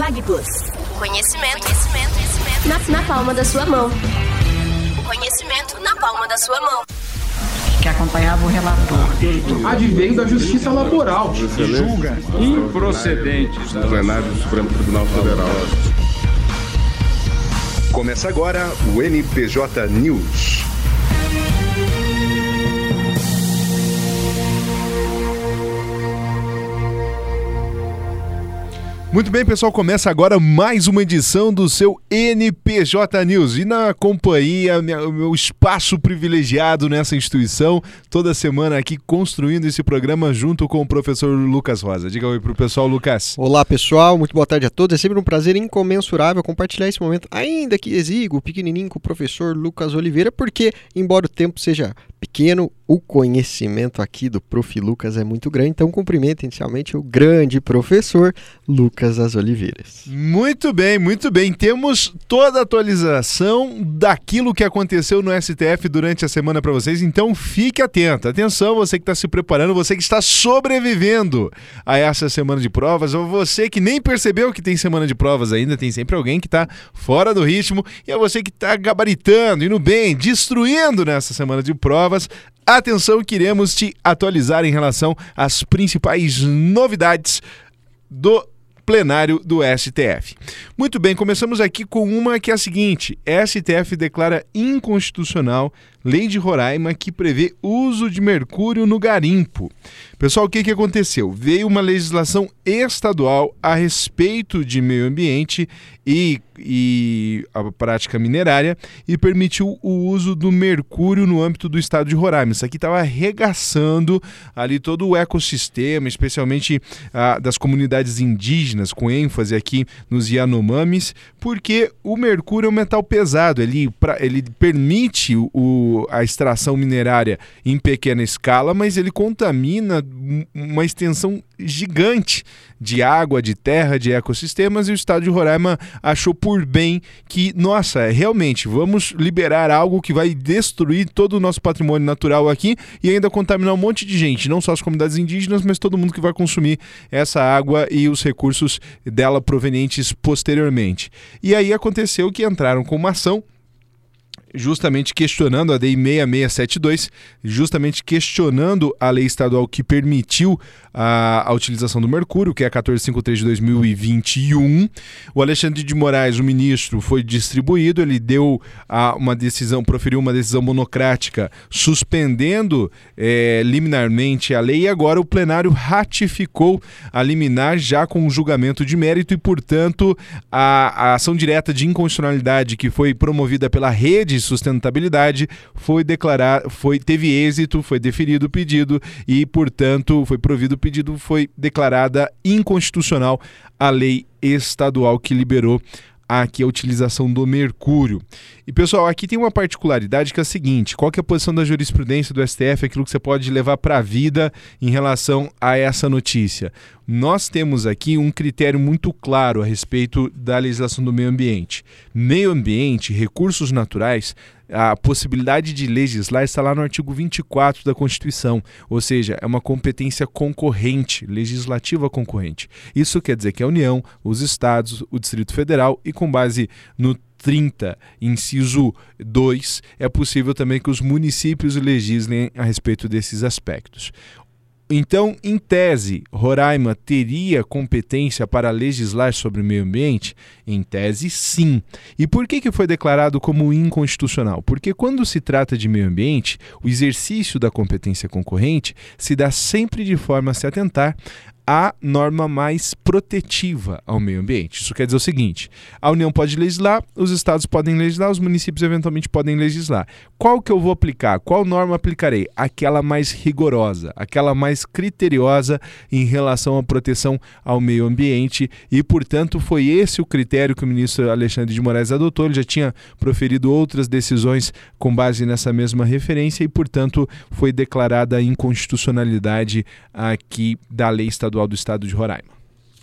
PagPlus. Conhecimento. Na palma da sua mão. O conhecimento na palma da sua mão. Que acompanhava o relator. Adveio da Justiça Laboral. Que julga improcedentes. Do plenário do Supremo Tribunal Federal. Começa agora o NPJ News. Muito bem, pessoal, começa agora mais uma edição do seu NPJ News. E na companhia, o meu espaço privilegiado nessa instituição, toda semana aqui construindo esse programa junto com o professor Lucas Rosa. Diga oi pro pessoal, Lucas. Olá, pessoal, muito boa tarde a todos. É sempre um prazer incomensurável compartilhar esse momento, ainda que exíguo, pequenininho, com o professor Lucas Oliveira, porque, embora o tempo seja pequeno, o conhecimento aqui do Prof. Lucas é muito grande, então cumprimento inicialmente o grande professor Lucas das Oliveiras. Muito bem, muito bem. Temos toda a atualização daquilo que aconteceu no STF durante a semana para vocês, então fique atento. Atenção, você que está se preparando, você que está sobrevivendo a essa semana de provas, ou você que nem percebeu que tem semana de provas ainda, tem sempre alguém que está fora do ritmo, e é você que está gabaritando, indo bem, destruindo nessa semana de provas. Atenção, que iremos te atualizar em relação às principais novidades do plenário do STF. Muito bem, começamos aqui com uma que é a seguinte: STF declara inconstitucional lei de Roraima que prevê uso de mercúrio no garimpo. Pessoal, o que aconteceu? Veio uma legislação estadual a respeito de meio ambiente e a prática minerária e permitiu o uso do mercúrio no âmbito do estado de Roraima. Isso aqui estava arregaçando ali todo o ecossistema, especialmente das comunidades indígenas, com ênfase aqui nos Yanomamis, porque o mercúrio é um metal pesado, ele permite a extração minerária em pequena escala, mas ele contamina uma extensão gigante de água, de terra, de ecossistemas, e o estado de Roraima achou por bem que, realmente, vamos liberar algo que vai destruir todo o nosso patrimônio natural aqui e ainda contaminar um monte de gente, não só as comunidades indígenas, mas todo mundo que vai consumir essa água e os recursos dela provenientes posteriormente. E aí aconteceu que entraram com uma ação justamente questionando a DEI 6672, justamente questionando a lei estadual que permitiu a utilização do mercúrio, que é a 1453 de 2021. O Alexandre de Moraes, o ministro, foi distribuído, ele deu proferiu uma decisão monocrática suspendendo liminarmente a lei, e agora o plenário ratificou a liminar já com um julgamento de mérito, e portanto a ação direta de inconstitucionalidade que foi promovida pela Rede Sustentabilidade teve êxito, foi deferido o pedido e, portanto, foi provido o pedido, foi declarada inconstitucional a lei estadual que liberou aqui a utilização do mercúrio. E, pessoal, aqui tem uma particularidade que é a seguinte: qual que é a posição da jurisprudência do STF, aquilo que você pode levar para a vida em relação a essa notícia? Nós temos aqui um critério muito claro a respeito da legislação do meio ambiente. Meio ambiente, recursos naturais, a possibilidade de legislar está lá no artigo 24 da Constituição, ou seja, é uma competência concorrente, legislativa concorrente. Isso quer dizer que a União, os estados, o Distrito Federal, e com base no 30, inciso 2, é possível também que os municípios legislem a respeito desses aspectos. Então, em tese, Roraima teria competência para legislar sobre o meio ambiente? Em tese, sim. E por que foi declarado como inconstitucional? Porque quando se trata de meio ambiente, o exercício da competência concorrente se dá sempre de forma a se atentar à norma mais protetiva ao meio ambiente. Isso quer dizer o seguinte: a União pode legislar, os estados podem legislar, os municípios eventualmente podem legislar. Qual que eu vou aplicar? Qual norma aplicarei? Aquela mais rigorosa, aquela mais criteriosa em relação à proteção ao meio ambiente, e, portanto, foi esse o critério que o ministro Alexandre de Moraes adotou. Ele já tinha proferido outras decisões com base nessa mesma referência e, portanto, foi declarada a inconstitucionalidade aqui da lei estadual do estado de Roraima.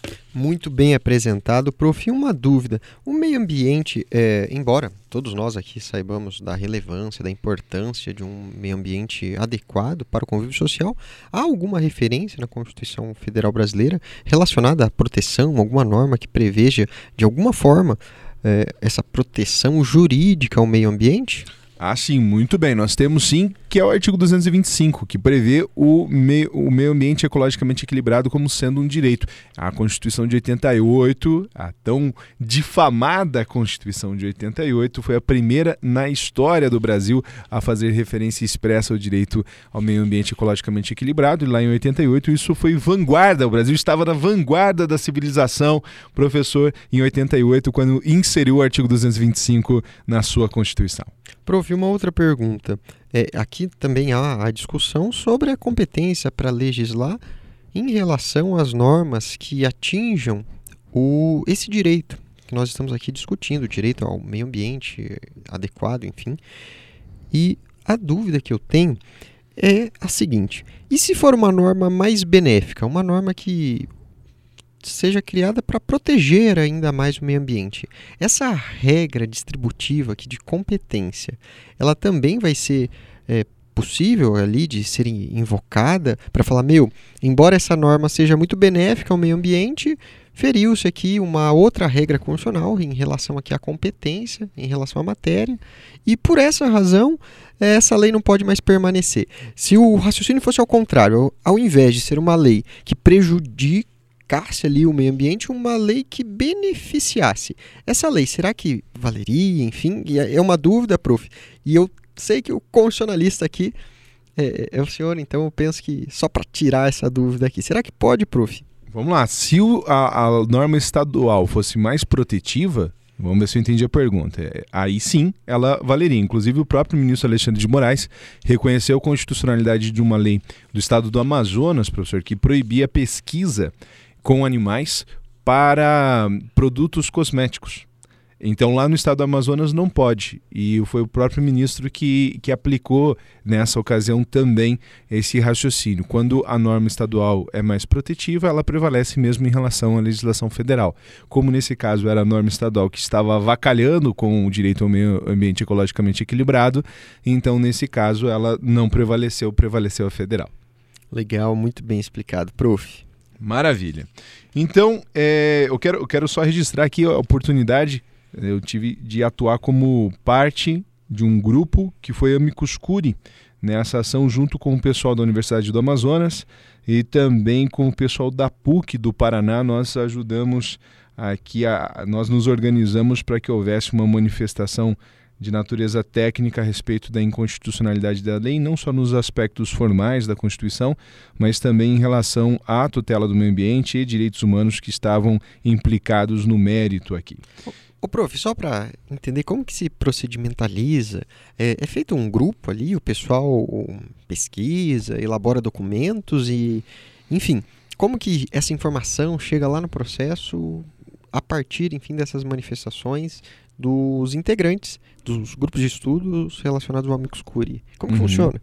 Muito bem apresentado, prof. Uma dúvida. O meio ambiente, embora todos nós aqui saibamos da relevância, da importância de um meio ambiente adequado para o convívio social, há alguma referência na Constituição Federal Brasileira relacionada à proteção, alguma norma que preveja, de alguma forma, essa proteção jurídica ao meio ambiente? Ah, sim, muito bem. Nós temos sim, que é o artigo 225, que prevê o meio ambiente ecologicamente equilibrado como sendo um direito. A Constituição de 88, a tão difamada Constituição de 88, foi a primeira na história do Brasil a fazer referência expressa ao direito ao meio ambiente ecologicamente equilibrado. E lá em 88 isso foi vanguarda. O Brasil estava na vanguarda da civilização, professor, em 88, quando inseriu o artigo 225 na sua Constituição. Prof, uma outra pergunta. Aqui também há a discussão sobre a competência para legislar em relação às normas que atinjam esse direito que nós estamos aqui discutindo, o direito ao meio ambiente adequado, enfim. E a dúvida que eu tenho é a seguinte: e se for uma norma mais benéfica, uma norma que seja criada para proteger ainda mais o meio ambiente? Essa regra distributiva aqui de competência, ela também vai ser possível ali de ser invocada para falar, embora essa norma seja muito benéfica ao meio ambiente, feriu-se aqui uma outra regra constitucional em relação aqui à competência, em relação à matéria, e por essa razão essa lei não pode mais permanecer. Se o raciocínio fosse ao contrário, ao invés de ser uma lei que prejudicasse ali o meio ambiente, uma lei que beneficiasse. Essa lei, será que valeria? Enfim, é uma dúvida, prof. E eu sei que o constitucionalista aqui é o senhor, então eu penso que só para tirar essa dúvida aqui, será que pode, prof? Vamos lá, se a norma estadual fosse mais protetiva, vamos ver se eu entendi a pergunta, aí sim ela valeria. Inclusive o próprio ministro Alexandre de Moraes reconheceu a constitucionalidade de uma lei do estado do Amazonas, professor, que proibia a pesquisa com animais para produtos cosméticos. Então lá no estado do Amazonas não pode, e foi o próprio ministro que aplicou nessa ocasião também esse raciocínio. Quando a norma estadual é mais protetiva, ela prevalece mesmo em relação à legislação federal. Como nesse caso era a norma estadual que estava avacalhando com o direito ao meio ambiente ecologicamente equilibrado, então nesse caso ela não prevaleceu a federal. Legal, muito bem explicado, prof. Maravilha. Então, eu quero só registrar aqui a oportunidade. Eu tive de atuar como parte de um grupo que foi Amicus Curiae nessa ação junto com o pessoal da Universidade do Amazonas e também com o pessoal da PUC do Paraná. Nós ajudamos aqui, nós nos organizamos para que houvesse uma manifestação de natureza técnica a respeito da inconstitucionalidade da lei, não só nos aspectos formais da Constituição, mas também em relação à tutela do meio ambiente e direitos humanos que estavam implicados no mérito aqui. Ô, prof, só para entender como que se procedimentaliza, é feito um grupo ali, o pessoal pesquisa, elabora documentos e, enfim, como que essa informação chega lá no processo a partir, enfim, dessas manifestações dos integrantes dos grupos de estudos relacionados ao Amicus Curiae? Como que funciona?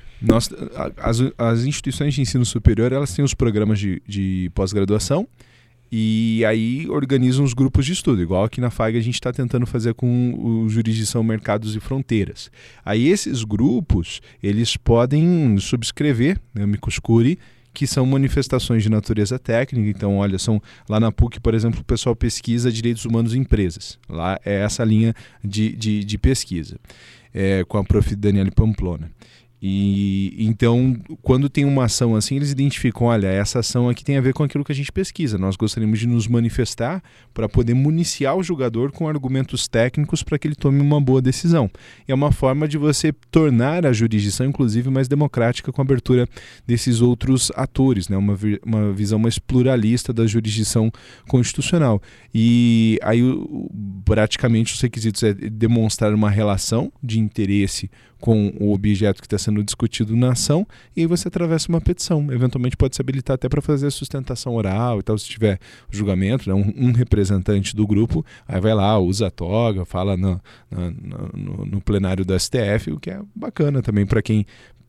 As instituições de ensino superior, elas têm os programas de pós-graduação, e aí organizam os grupos de estudo, igual aqui na FAG a gente está tentando fazer com o Jurisdição Mercados e Fronteiras. Aí esses grupos, eles podem subscrever, né, Amicus Curiae, que são manifestações de natureza técnica. Então, olha, lá na PUC, por exemplo, o pessoal pesquisa direitos humanos em empresas. Lá é essa linha de pesquisa, com a prof. Daniele Pamplona. E então, quando tem uma ação assim, eles identificam, olha, essa ação aqui tem a ver com aquilo que a gente pesquisa. Nós gostaríamos de nos manifestar para poder municiar o julgador com argumentos técnicos para que ele tome uma boa decisão. E é uma forma de você tornar a jurisdição, inclusive, mais democrática com a abertura desses outros atores, né? Uma visão mais pluralista da jurisdição constitucional. E aí, praticamente, os requisitos é demonstrar uma relação de interesse com o objeto que está sendo discutido na ação, e aí você atravessa uma petição. Eventualmente pode se habilitar até para fazer a sustentação oral e tal, se tiver julgamento, né? Um representante do grupo, aí vai lá, usa a toga, fala no plenário do STF, o que é bacana também para quem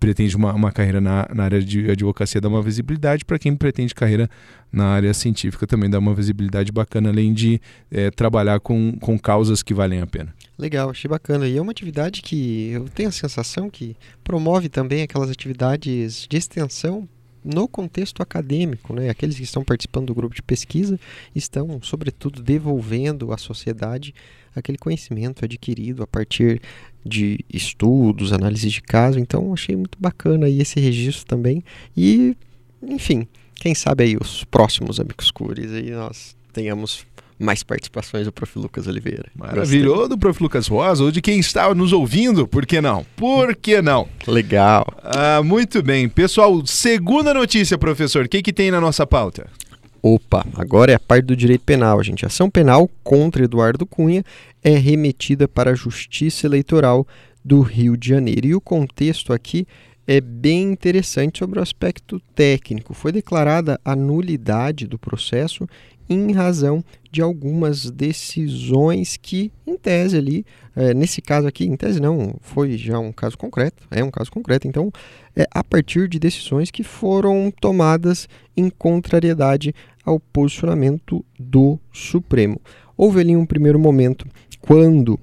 pretende uma carreira na área de advocacia dá uma visibilidade, para quem pretende carreira na área científica também dá uma visibilidade bacana, além de trabalhar com causas que valem a pena. Legal, achei bacana. E é uma atividade que eu tenho a sensação que promove também aquelas atividades de extensão no contexto acadêmico, né? Aqueles que estão participando do grupo de pesquisa estão, sobretudo, devolvendo à sociedade aquele conhecimento adquirido a partir de estudos, análises de caso. Então, achei muito bacana aí esse registro também. E, enfim, quem sabe aí os próximos Amicus Curiae aí nós tenhamos mais participações do Prof. Lucas Oliveira. Maravilha, ou do Prof. Lucas Rosa, ou de quem está nos ouvindo, por que não? Por que não? Legal. Muito bem. Pessoal, segunda notícia, professor, o que tem na nossa pauta? Opa, agora é a parte do direito penal, gente. A ação penal contra Eduardo Cunha é remetida para a Justiça Eleitoral do Rio de Janeiro. E o contexto aqui é bem interessante sobre o aspecto técnico. Foi declarada a nulidade do processo em razão de algumas decisões que, em tese ali, nesse caso aqui, em tese não, foi já um caso concreto, é um caso concreto, então, a partir de decisões que foram tomadas em contrariedade ao posicionamento do Supremo. Houve ali um primeiro momento, quando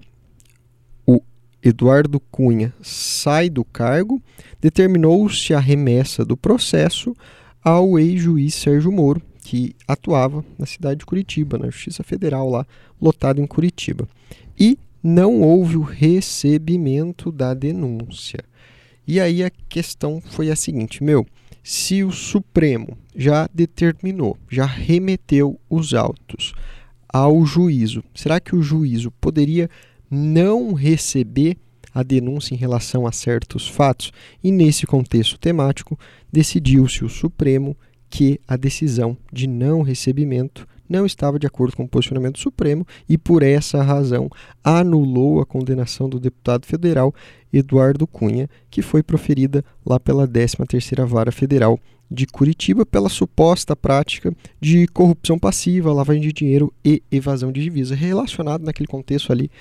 o Eduardo Cunha sai do cargo, determinou-se a remessa do processo ao ex-juiz Sérgio Moro, que atuava na cidade de Curitiba, na Justiça Federal lá, lotado em Curitiba. E não houve o recebimento da denúncia. E aí a questão foi a seguinte, se o Supremo já determinou, já remeteu os autos ao juízo, será que o juízo poderia não receber a denúncia em relação a certos fatos? E nesse contexto temático, decidiu-se o Supremo que a decisão de não recebimento não estava de acordo com o posicionamento do Supremo e, por essa razão, anulou a condenação do deputado federal Eduardo Cunha, que foi proferida lá pela 13ª Vara Federal de Curitiba pela suposta prática de corrupção passiva, lavagem de dinheiro e evasão de divisa, relacionado naquele contexto ali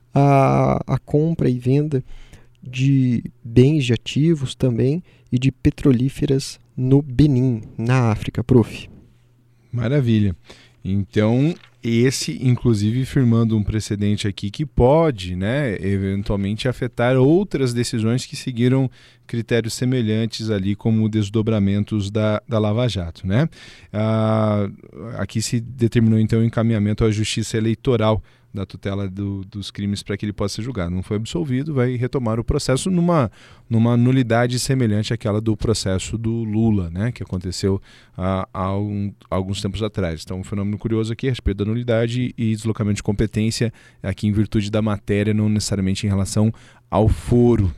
a compra e venda de bens de ativos também e de petrolíferas no Benin, na África, prof. Maravilha. Então, esse, inclusive, firmando um precedente aqui que pode, eventualmente afetar outras decisões que seguiram critérios semelhantes ali, como desdobramentos da Lava Jato, Aqui se determinou, então, o encaminhamento à Justiça Eleitoral da tutela dos crimes para que ele possa ser julgado. Não foi absolvido, vai retomar o processo numa nulidade semelhante àquela do processo do Lula, que aconteceu há alguns tempos atrás. Então, um fenômeno curioso aqui a respeito da nulidade e deslocamento de competência, aqui em virtude da matéria, não necessariamente em relação ao foro,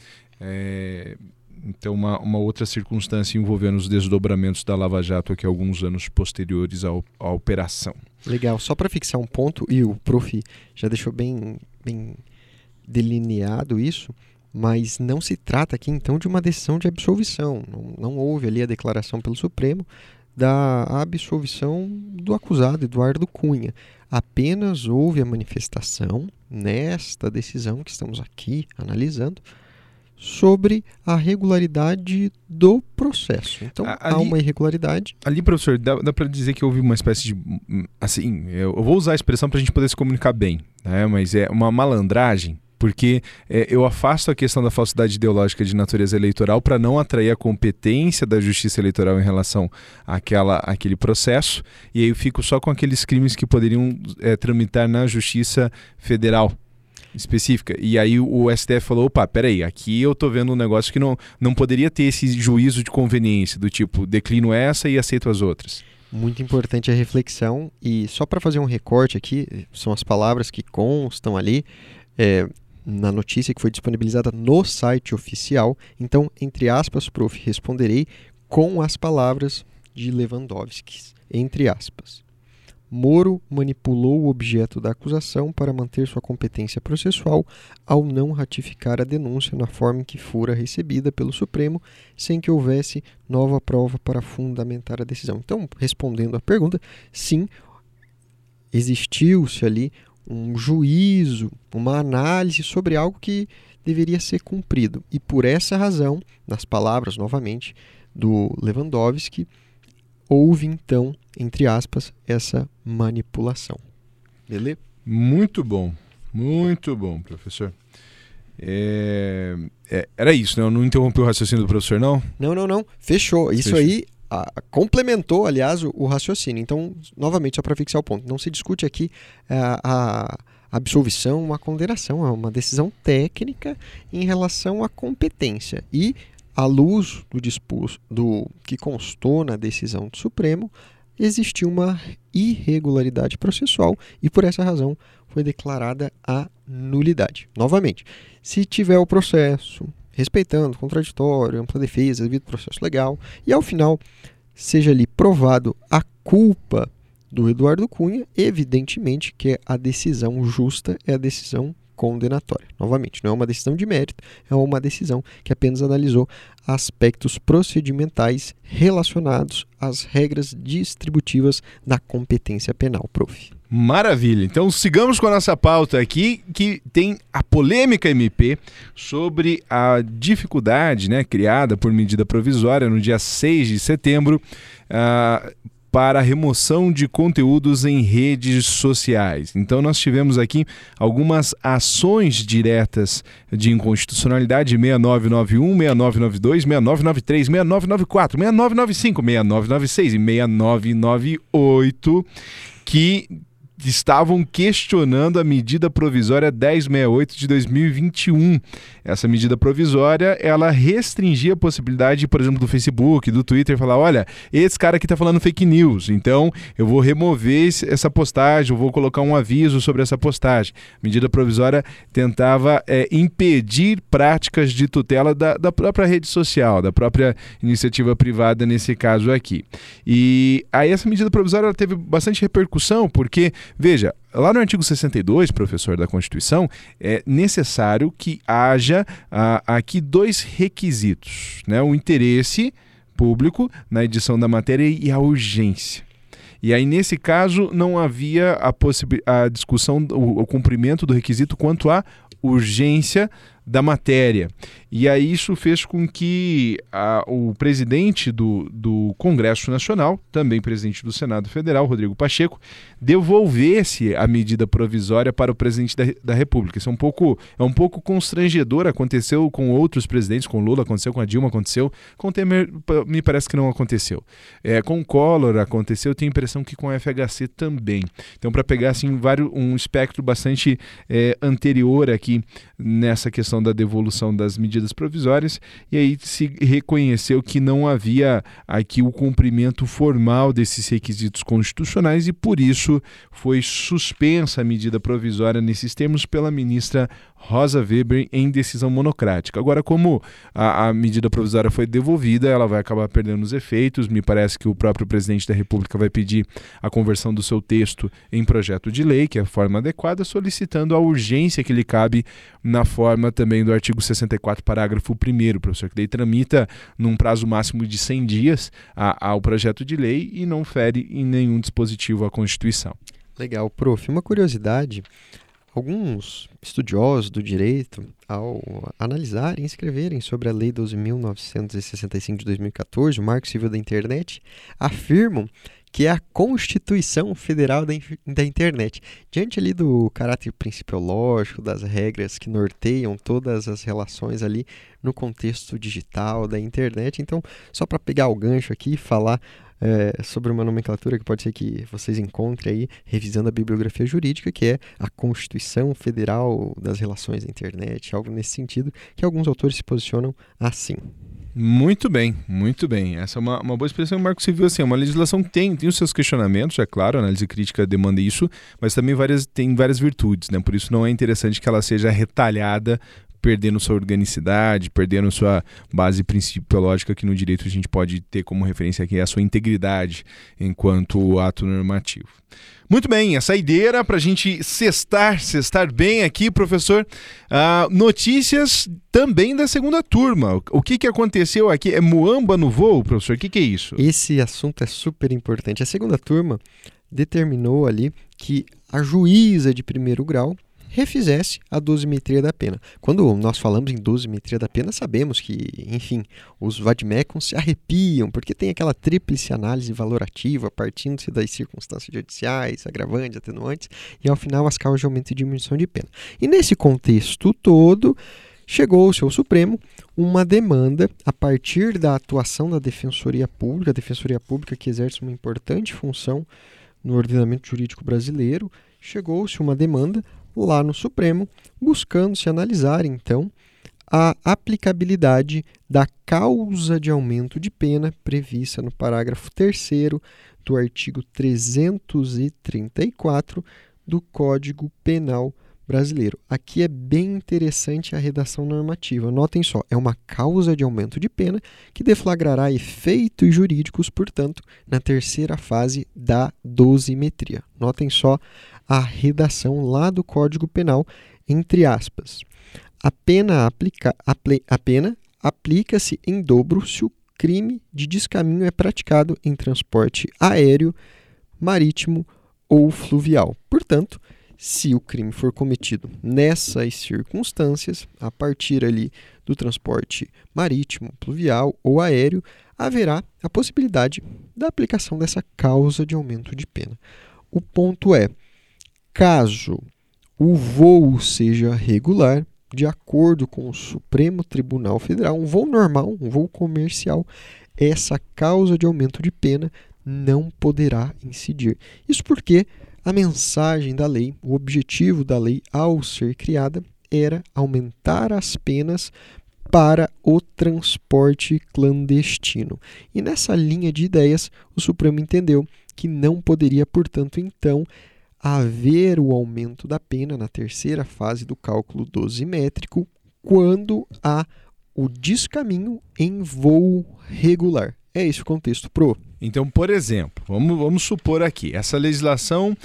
Então, uma outra circunstância envolvendo os desdobramentos da Lava Jato aqui alguns anos posteriores à operação. Legal. Só para fixar um ponto, e o prof já deixou bem delineado isso, mas não se trata aqui então de uma decisão de absolvição. Não houve ali a declaração pelo Supremo da absolvição do acusado Eduardo Cunha. Apenas houve a manifestação nesta decisão que estamos aqui analisando sobre a regularidade do processo. Então, há uma irregularidade. Ali, professor, dá para dizer que houve uma espécie de... Assim, eu vou usar a expressão para a gente poder se comunicar bem, mas é uma malandragem, porque eu afasto a questão da falsidade ideológica de natureza eleitoral para não atrair a competência da Justiça Eleitoral em relação àquele processo, e aí eu fico só com aqueles crimes que poderiam tramitar na Justiça Federal específica. E aí o STF falou, peraí, aqui eu tô vendo um negócio que não poderia ter esse juízo de conveniência, do tipo, declino essa e aceito as outras. Muito importante a reflexão, e só para fazer um recorte aqui, são as palavras que constam ali, na notícia que foi disponibilizada no site oficial. Então, entre aspas, prof, responderei com as palavras de Lewandowski, entre aspas. Moro manipulou o objeto da acusação para manter sua competência processual ao não ratificar a denúncia na forma em que fora recebida pelo Supremo, sem que houvesse nova prova para fundamentar a decisão. Então, respondendo à pergunta, sim, existiu-se ali um juízo, uma análise sobre algo que deveria ser cumprido. E por essa razão, nas palavras, novamente, do Lewandowski, houve então, entre aspas, essa manipulação. Beleza? Muito bom, professor. Era isso, né? Eu não interrompi o raciocínio do professor, não? Não. Fechou. Isso aí complementou, aliás, o raciocínio. Então, novamente, só para fixar o ponto, não se discute aqui a absolvição, uma condenação, é uma decisão técnica em relação à competência. E, à luz do que constou na decisão do Supremo, existiu uma irregularidade processual e, por essa razão, foi declarada a nulidade. Novamente, se tiver o processo respeitando contraditório, ampla defesa, devido processo legal, e ao final seja ali provado a culpa do Eduardo Cunha, evidentemente que a decisão justa é a decisão condenatória. Novamente, não é uma decisão de mérito, é uma decisão que apenas analisou aspectos procedimentais relacionados às regras distributivas da competência penal, prof. Maravilha. Então sigamos com a nossa pauta aqui, que tem a polêmica MP sobre a dificuldade, né, criada por medida provisória no dia 6 de setembro para a remoção de conteúdos em redes sociais. Então nós tivemos aqui algumas ações diretas de inconstitucionalidade: 6991, 6992, 6993, 6994, 6995, 6996 e 6998, que estavam questionando a medida provisória 1068 de 2021. Essa medida provisória, ela restringia a possibilidade, por exemplo, do Facebook, do Twitter, falar: olha, esse cara aqui está falando fake news, então eu vou remover essa postagem, eu vou colocar um aviso sobre essa postagem. A medida provisória tentava impedir práticas de tutela da própria rede social, da própria iniciativa privada nesse caso aqui. E aí essa medida provisória ela teve bastante repercussão, porque, veja, lá no artigo 62, professor, da Constituição, é necessário que haja aqui dois requisitos, né? O interesse público na edição da matéria e a urgência. E aí, nesse caso, não havia a discussão, o cumprimento do requisito quanto à urgência da matéria. E aí isso fez com que o presidente do Congresso Nacional, também presidente do Senado Federal, Rodrigo Pacheco, devolvesse a medida provisória para o presidente da República. Isso é um pouco constrangedor. Aconteceu com outros presidentes, com Lula, aconteceu com a Dilma, aconteceu com o Temer, me parece que não aconteceu. Com o Collor aconteceu, eu tenho a impressão que com a FHC também. Então, para pegar assim, um espectro bastante anterior aqui nessa questão da devolução das medidas provisórias, e aí se reconheceu que não havia aqui o cumprimento formal desses requisitos constitucionais e por isso foi suspensa a medida provisória nesses termos pela ministra Rosa Weber em decisão monocrática. Agora, como a medida provisória foi devolvida, ela vai acabar perdendo os efeitos. Me parece que o próprio presidente da República vai pedir a conversão do seu texto em projeto de lei, que é a forma adequada, solicitando a urgência que lhe cabe na forma também do artigo 64, parágrafo 1º, professor, que daí tramita num prazo máximo de 100 dias ao projeto de lei e não fere em nenhum dispositivo à Constituição. Legal, prof. Uma curiosidade: alguns estudiosos do direito, ao analisarem e escreverem sobre a Lei 12.965 de 2014, o Marco Civil da Internet, afirmam que é a Constituição Federal da Internet. Diante ali do caráter principiológico, das regras que norteiam todas as relações ali no contexto digital da internet. Então, só para pegar o gancho aqui e falar sobre uma nomenclatura que pode ser que vocês encontrem aí, revisando a bibliografia jurídica, que é a Constituição Federal das Relações da Internet, algo nesse sentido, que alguns autores se posicionam assim. Muito bem, muito bem. Essa é uma boa expressão. O Marco Civil, assim, é uma legislação que tem os seus questionamentos, é claro, a análise crítica demanda isso, mas também tem várias virtudes, né? Por isso não é interessante que ela seja retalhada, perdendo sua organicidade, perdendo sua base principiológica, que no direito a gente pode ter como referência aqui a sua integridade enquanto ato normativo. Muito bem, a saideira para a gente cestar bem aqui, professor. Notícias também da segunda turma. O que aconteceu aqui? É muamba no voo, professor? O que é isso? Esse assunto é super importante. A segunda turma determinou ali que a juíza de primeiro grau refizesse a dosimetria da pena. Quando nós falamos em dosimetria da pena, sabemos que, enfim, os vadimécums se arrepiam, porque tem aquela tríplice análise valorativa, partindo-se das circunstâncias judiciais, agravantes, atenuantes, e ao final as causas de aumento e diminuição de pena. E nesse contexto todo, chegou-se ao Supremo uma demanda a partir da atuação da Defensoria Pública que exerce uma importante função no ordenamento jurídico brasileiro, chegou-se uma demanda lá no Supremo, buscando se analisar, então, a aplicabilidade da causa de aumento de pena prevista no parágrafo 3º do artigo 334 do Código Penal brasileiro. Aqui é bem interessante a redação normativa. Notem só, é uma causa de aumento de pena que deflagrará efeitos jurídicos, portanto, na terceira fase da dosimetria. Notem só a redação lá do Código Penal, entre aspas. A pena aplica-se em dobro se o crime de descaminho é praticado em transporte aéreo, marítimo ou fluvial. Portanto, se o crime for cometido nessas circunstâncias, a partir ali do transporte marítimo, fluvial ou aéreo, haverá a possibilidade da aplicação dessa causa de aumento de pena. O ponto é, caso o voo seja regular, de acordo com o Supremo Tribunal Federal, um voo normal, um voo comercial, essa causa de aumento de pena não poderá incidir. Isso porque a mensagem da lei, o objetivo da lei ao ser criada era aumentar as penas para o transporte clandestino. E nessa linha de ideias, o Supremo entendeu que não poderia, portanto, então, haver o aumento da pena na terceira fase do cálculo dosimétrico quando há o descaminho em voo regular. É esse o contexto, Pro. Então, por exemplo, vamos supor aqui, essa legislação,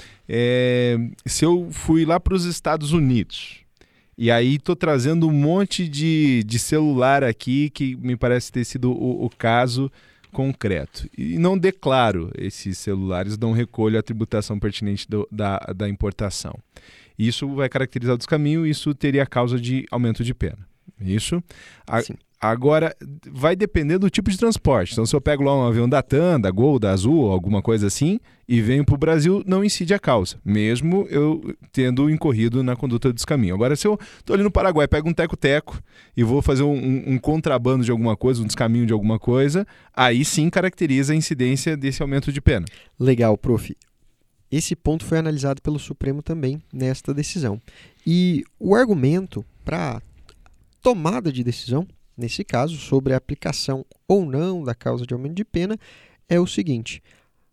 se eu fui lá para os Estados Unidos e aí estou trazendo um monte de celular aqui que me parece ter sido o caso concreto e não declaro esses celulares, não recolho a tributação pertinente da importação. Isso vai caracterizar o descaminho, isso teria causa de aumento de pena. Isso? Sim. Agora, vai depender do tipo de transporte. Então, se eu pego lá um avião da TAM, da Gol, da Azul, alguma coisa assim, e venho para o Brasil, não incide a causa, mesmo eu tendo incorrido na conduta do descaminho. Agora, se eu estou ali no Paraguai, pego um teco-teco e vou fazer um contrabando de alguma coisa, um descaminho de alguma coisa, aí sim caracteriza a incidência desse aumento de pena. Legal, prof. Esse ponto foi analisado pelo Supremo também nesta decisão. E o argumento para tomada de decisão, nesse caso, sobre a aplicação ou não da causa de aumento de pena, é o seguinte: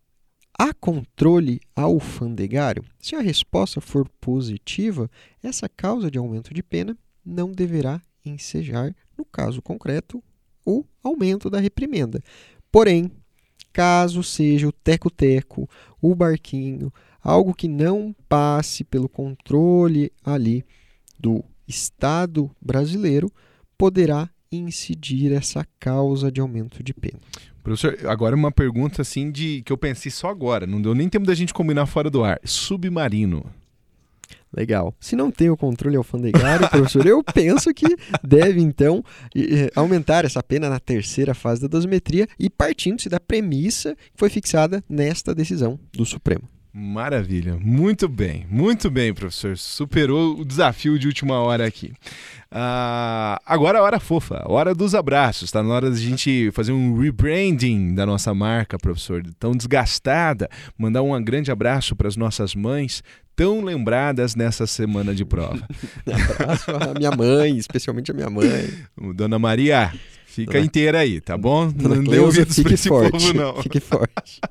há controle alfandegário? Se a resposta for positiva, essa causa de aumento de pena não deverá ensejar, no caso concreto, o aumento da reprimenda. Porém, caso seja o teco-teco, o barquinho, algo que não passe pelo controle ali do Estado brasileiro, poderá incidir essa causa de aumento de pena. Professor, agora uma pergunta assim que eu pensei só agora, não deu nem tempo da gente combinar fora do ar. Submarino. Legal. Se não tem o controle alfandegário, professor, eu penso que deve, então, aumentar essa pena na terceira fase da dosimetria e partindo-se da premissa que foi fixada nesta decisão do Supremo. Maravilha, muito bem, professor. Superou o desafio de última hora aqui. Agora a hora fofa, a hora dos abraços. Está na hora de a gente fazer um rebranding da nossa marca, professor, tão desgastada. Mandar um grande abraço para as nossas mães, tão lembradas nessa semana de prova. Abraço à minha mãe, especialmente a minha mãe. Dona Maria, fica inteira aí, tá bom? Não dê ouvidos para esse forte, povo, não. Fique forte.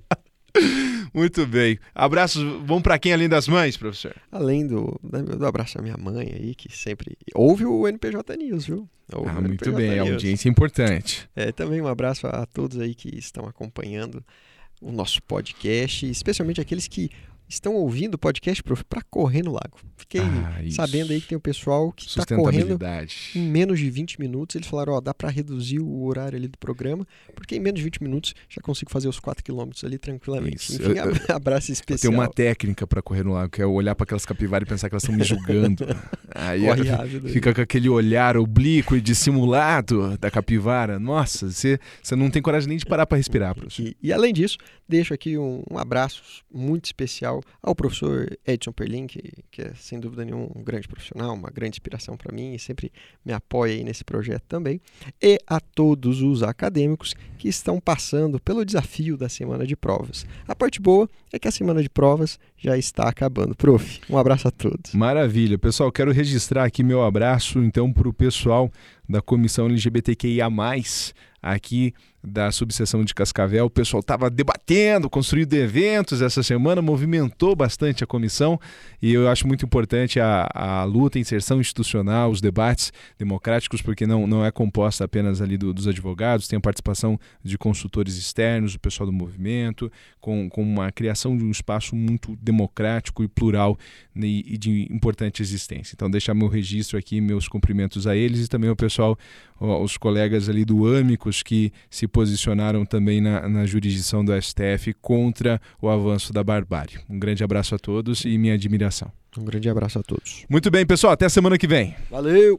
Muito bem. Abraços vão para quem além das mães, professor? Além do abraço à minha mãe aí, que sempre ouve o NPJ News, viu? Muito bem, a audiência é importante. Também um abraço a todos aí que estão acompanhando o nosso podcast, especialmente aqueles que estão ouvindo o podcast, prof, para correr no lago. Fiquei sabendo aí que tem o pessoal que está correndo em menos de 20 minutos. Eles falaram, dá para reduzir o horário ali do programa, porque em menos de 20 minutos já consigo fazer os 4 quilômetros ali tranquilamente. Enfim, abraço especial. Tem uma técnica para correr no lago, que é olhar para aquelas capivaras e pensar que elas estão me julgando. Aí fica com aquele olhar oblíquo e dissimulado da capivara. Nossa, você não tem coragem nem de parar para respirar, professor. E além disso, deixo aqui um abraço muito especial ao professor Edson Perlin, que é sem dúvida nenhuma um grande profissional, uma grande inspiração para mim e sempre me apoia aí nesse projeto também, e a todos os acadêmicos que estão passando pelo desafio da semana de provas. A parte boa é que a semana de provas já está acabando. Prof, um abraço a todos. Maravilha. Pessoal, quero registrar aqui meu abraço então para o pessoal da Comissão LGBTQIA+, aqui da subseção de Cascavel. O pessoal estava debatendo, construindo eventos essa semana, movimentou bastante a comissão e eu acho muito importante a luta, a inserção institucional, os debates democráticos, porque não é composta apenas ali dos advogados, tem a participação de consultores externos, o pessoal do movimento, com uma criação de um espaço muito democrático e plural e de importante existência. Então deixar meu registro aqui, meus cumprimentos a eles e também ao pessoal, os colegas ali do Amicus que se posicionaram também na jurisdição do STF contra o avanço da barbárie. Um grande abraço a todos e minha admiração. Um grande abraço a todos. Muito bem, pessoal. Até a semana que vem. Valeu!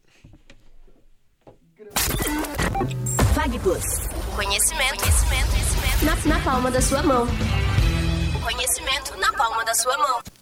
FagPlus. Conhecimento. Na palma da sua mão. O conhecimento na palma da sua mão.